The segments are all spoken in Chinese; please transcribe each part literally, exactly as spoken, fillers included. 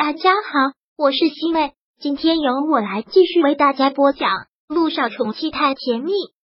大家好，我是西妹，今天由我来继续为大家播讲《陆少宠妻太甜蜜》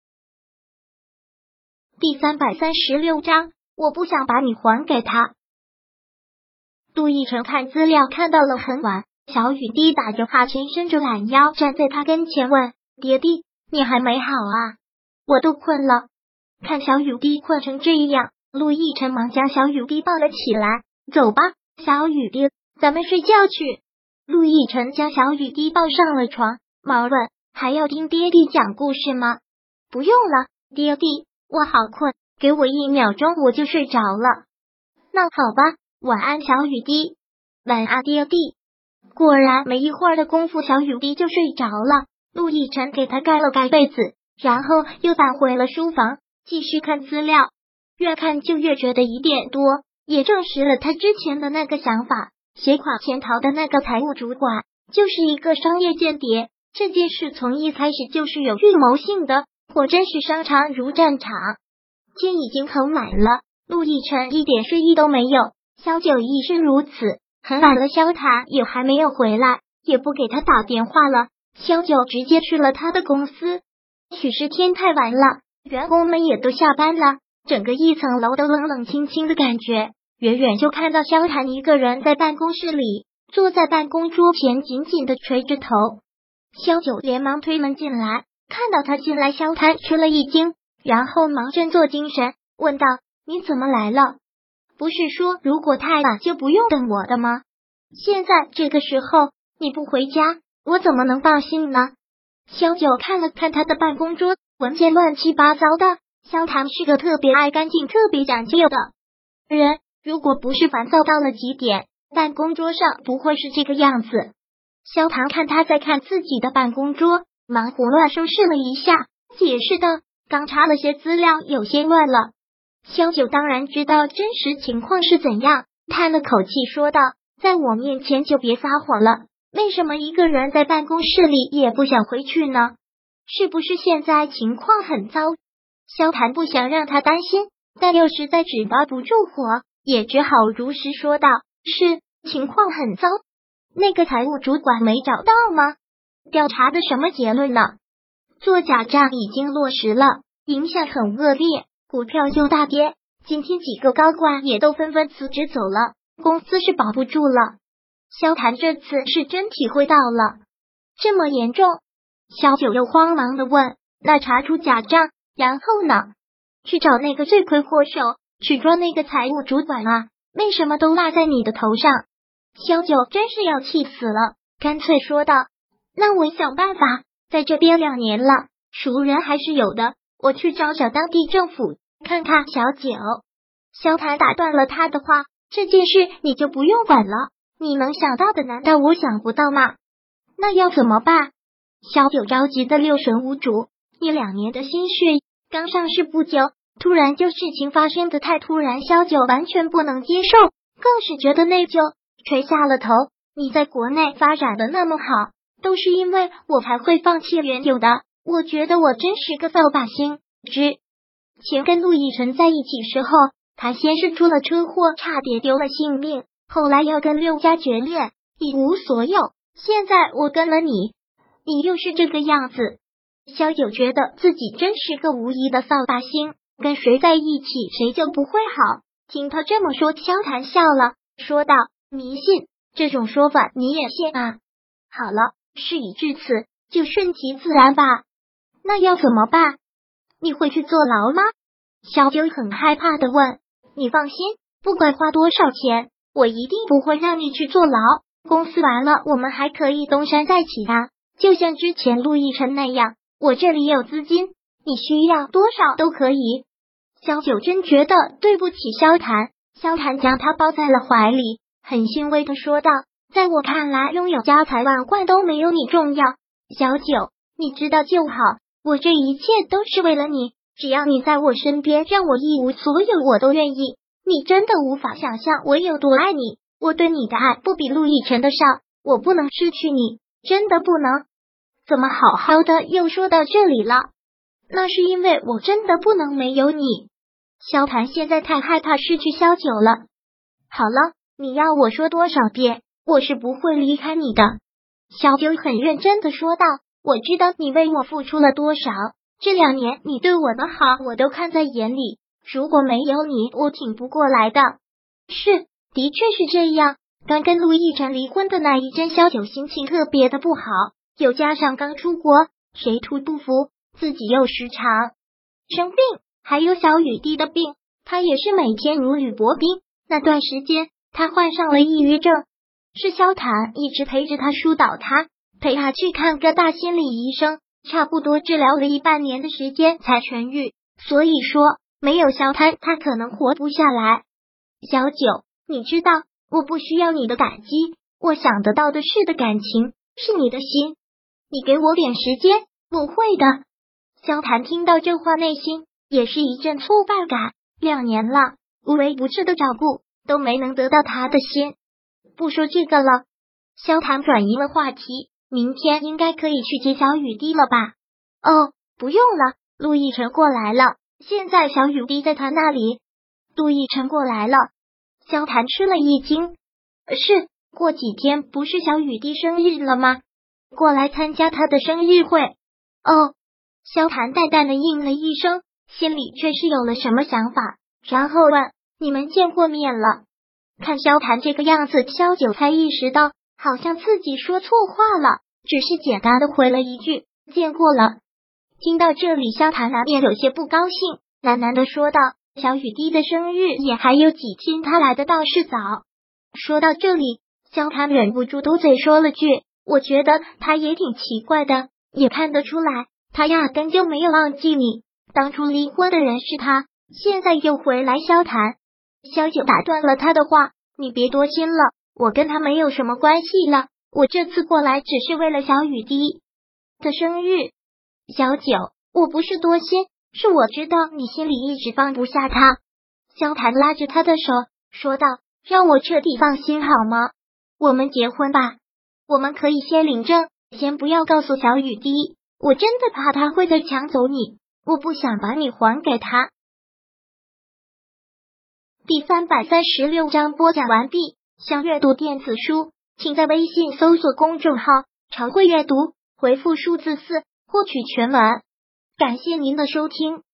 第三百三十六章。我不想把你还给他。陆亦辰看资料看到了很晚，小雨滴打着哈欠，伸着懒腰站在他跟前问：爹地，你还没好啊？我都困了。看小雨滴困成这样，陆亦辰忙将小雨滴抱了起来。走吧，小雨滴，咱们睡觉去。陆亦辰将小雨滴抱上了床，忙问：还要听爹地讲故事吗？不用了，爹地，我好困，给我一秒钟我就睡着了。那好吧，晚安小雨滴。晚安爹地。果然没一会儿的功夫，小雨滴就睡着了。陆亦辰给他盖了盖被子，然后又返回了书房，继续看资料。越看就越觉得疑点多，也证实了他之前的那个想法，携款潜逃的那个财务主管就是一个商业间谍。这件事从一开始就是有预谋性的，果真是商场如战场。天已经很晚了，陆亦辰一点睡意都没有，萧九亦是如此。很晚了，萧谈也还没有回来，也不给他打电话了。萧九直接去了他的公司。许是天太晚了，员工们也都下班了，整个一层楼都冷冷清清的感觉。远远就看到萧谈一个人在办公室里，坐在办公桌前紧紧的垂着头。萧九连忙推门进来，看到他进来，萧谈吃了一惊，然后忙振作精神问道：你怎么来了？不是说如果太晚就不用等我的吗？现在这个时候你不回家，我怎么能放心呢？萧九看了看他的办公桌，文件乱七八糟的。萧谈是个特别爱干净、特别讲究的人，如果不是烦躁到了极点，办公桌上不会是这个样子。萧谈看他在看自己的办公桌，忙胡乱收拾了一下，解释道：刚查了些资料，有些乱了。萧九当然知道真实情况是怎样，叹了口气说道：在我面前就别撒谎了，为什么一个人在办公室里也不想回去呢？是不是现在情况很糟？萧谈不想让他担心，但又实在纸包不住火，也只好如实说道：是，情况很糟。那个财务主管没找到吗？调查的什么结论呢？做假账已经落实了，影响很恶劣，股票就大跌，今天几个高管也都纷纷辞职走了，公司是保不住了。萧谈这次是真体会到了。这么严重？萧九又慌忙的问：那查出假账，然后呢？去找那个罪魁祸首，去抓那个财务主管啊，为什么都落在你的头上？萧九真是要气死了，干脆说道：那我想办法，在这边两年了，熟人还是有的，我去找找当地政府看看。小九，萧谈打断了他的话：这件事你就不用管了，你能想到的难道我想不到吗？那要怎么办？萧九着急的六神无主，一两年的心血刚上市不久，突然就事情发生的太突然，萧九完全不能接受，更是觉得内疚，垂下了头。你在国内发展的那么好，都是因为我才会放弃原有的，我觉得我真是个扫把星。之前跟陆亦辰在一起时候，他先是出了车祸，差点丢了性命，后来要跟六家决裂，一无所有。现在我跟了你，你又是这个样子。萧九觉得自己真是个无疑的扫把星，跟谁在一起谁就不会好。听他这么说，萧谈笑了，说道：迷信这种说法你也信啊？好了，事已至此，就顺其自然吧。那要怎么办？你会去坐牢吗？萧九很害怕的问。你放心，不管花多少钱，我一定不会让你去坐牢。公司完了，我们还可以东山再起啊，就像之前陆亦辰那样，我这里有资金，你需要多少都可以。萧九真觉得对不起萧谈，萧谈将他抱在了怀里，很欣慰的说道：在我看来，拥有家财万贯都没有你重要。小九，你知道就好，我这一切都是为了你，只要你在我身边，让我一无所有我都愿意。你真的无法想象我有多爱你，我对你的爱不比陆亦辰的少，我不能失去你，真的不能。怎么好好的又说到这里了？那是因为我真的不能没有你。萧谈现在太害怕失去萧九了。好了，你要我说多少遍， 我是不会离开你的。小九很认真的说道，我知道你为我付出了多少，这两年你对我的好我都看在眼里，如果没有你，我挺不过来的。是，的确是这样。刚跟陆亦辰离婚的那一阵，小九心情特别的不好，又加上刚出国，水土不服，自己又时常生病，还有小雨滴的病，他也是每天如履薄冰。那段时间，他患上了抑郁症，是萧谈一直陪着他疏导他，陪他去看个大心理医生，差不多治疗了一半年的时间才痊愈。所以说，没有萧谈，他可能活不下来。小九，你知道，我不需要你的感激，我想得到的是的感情，是你的心。你给我点时间，我会的。萧谈听到这话，内心也是一阵挫败感。两年了，无微不至的照顾都没能得到他的心。不说这个了，萧谈转移了话题，明天应该可以去接小雨滴了吧？哦，不用了，陆亦辰过来了，现在小雨滴在他那里。陆亦辰过来了，萧谈吃了一惊。是，过几天不是小雨滴生日了吗？过来参加他的生日会。哦，萧谈淡淡的应了一声，心里却是有了什么想法，然后问，你们见过面了？看萧谈这个样子，萧九才意识到好像自己说错话了，只是简单的回了一句见过了。听到这里，萧谈难免有些不高兴，喃喃的说道，小雨滴的生日也还有几天，他来的倒是早。说到这里，萧谈忍不住嘟嘴说了句，我觉得他也挺奇怪的，也看得出来他压根就没有忘记你，当初离婚的人是他，现在又回来。萧谈萧九打断了他的话，你别多心了，我跟他没有什么关系了，我这次过来只是为了小雨滴的生日。小九，我不是多心，是我知道你心里一直放不下他。萧谈拉着他的手说道，让我彻底放心好吗？我们结婚吧，我们可以先领证，先不要告诉小雨滴，我真的怕他会再抢走你，我不想把你还给他。第三百三十六章播讲完毕。想阅读电子书，请在微信搜索公众号常会阅读，回复数字四获取全文。感谢您的收听。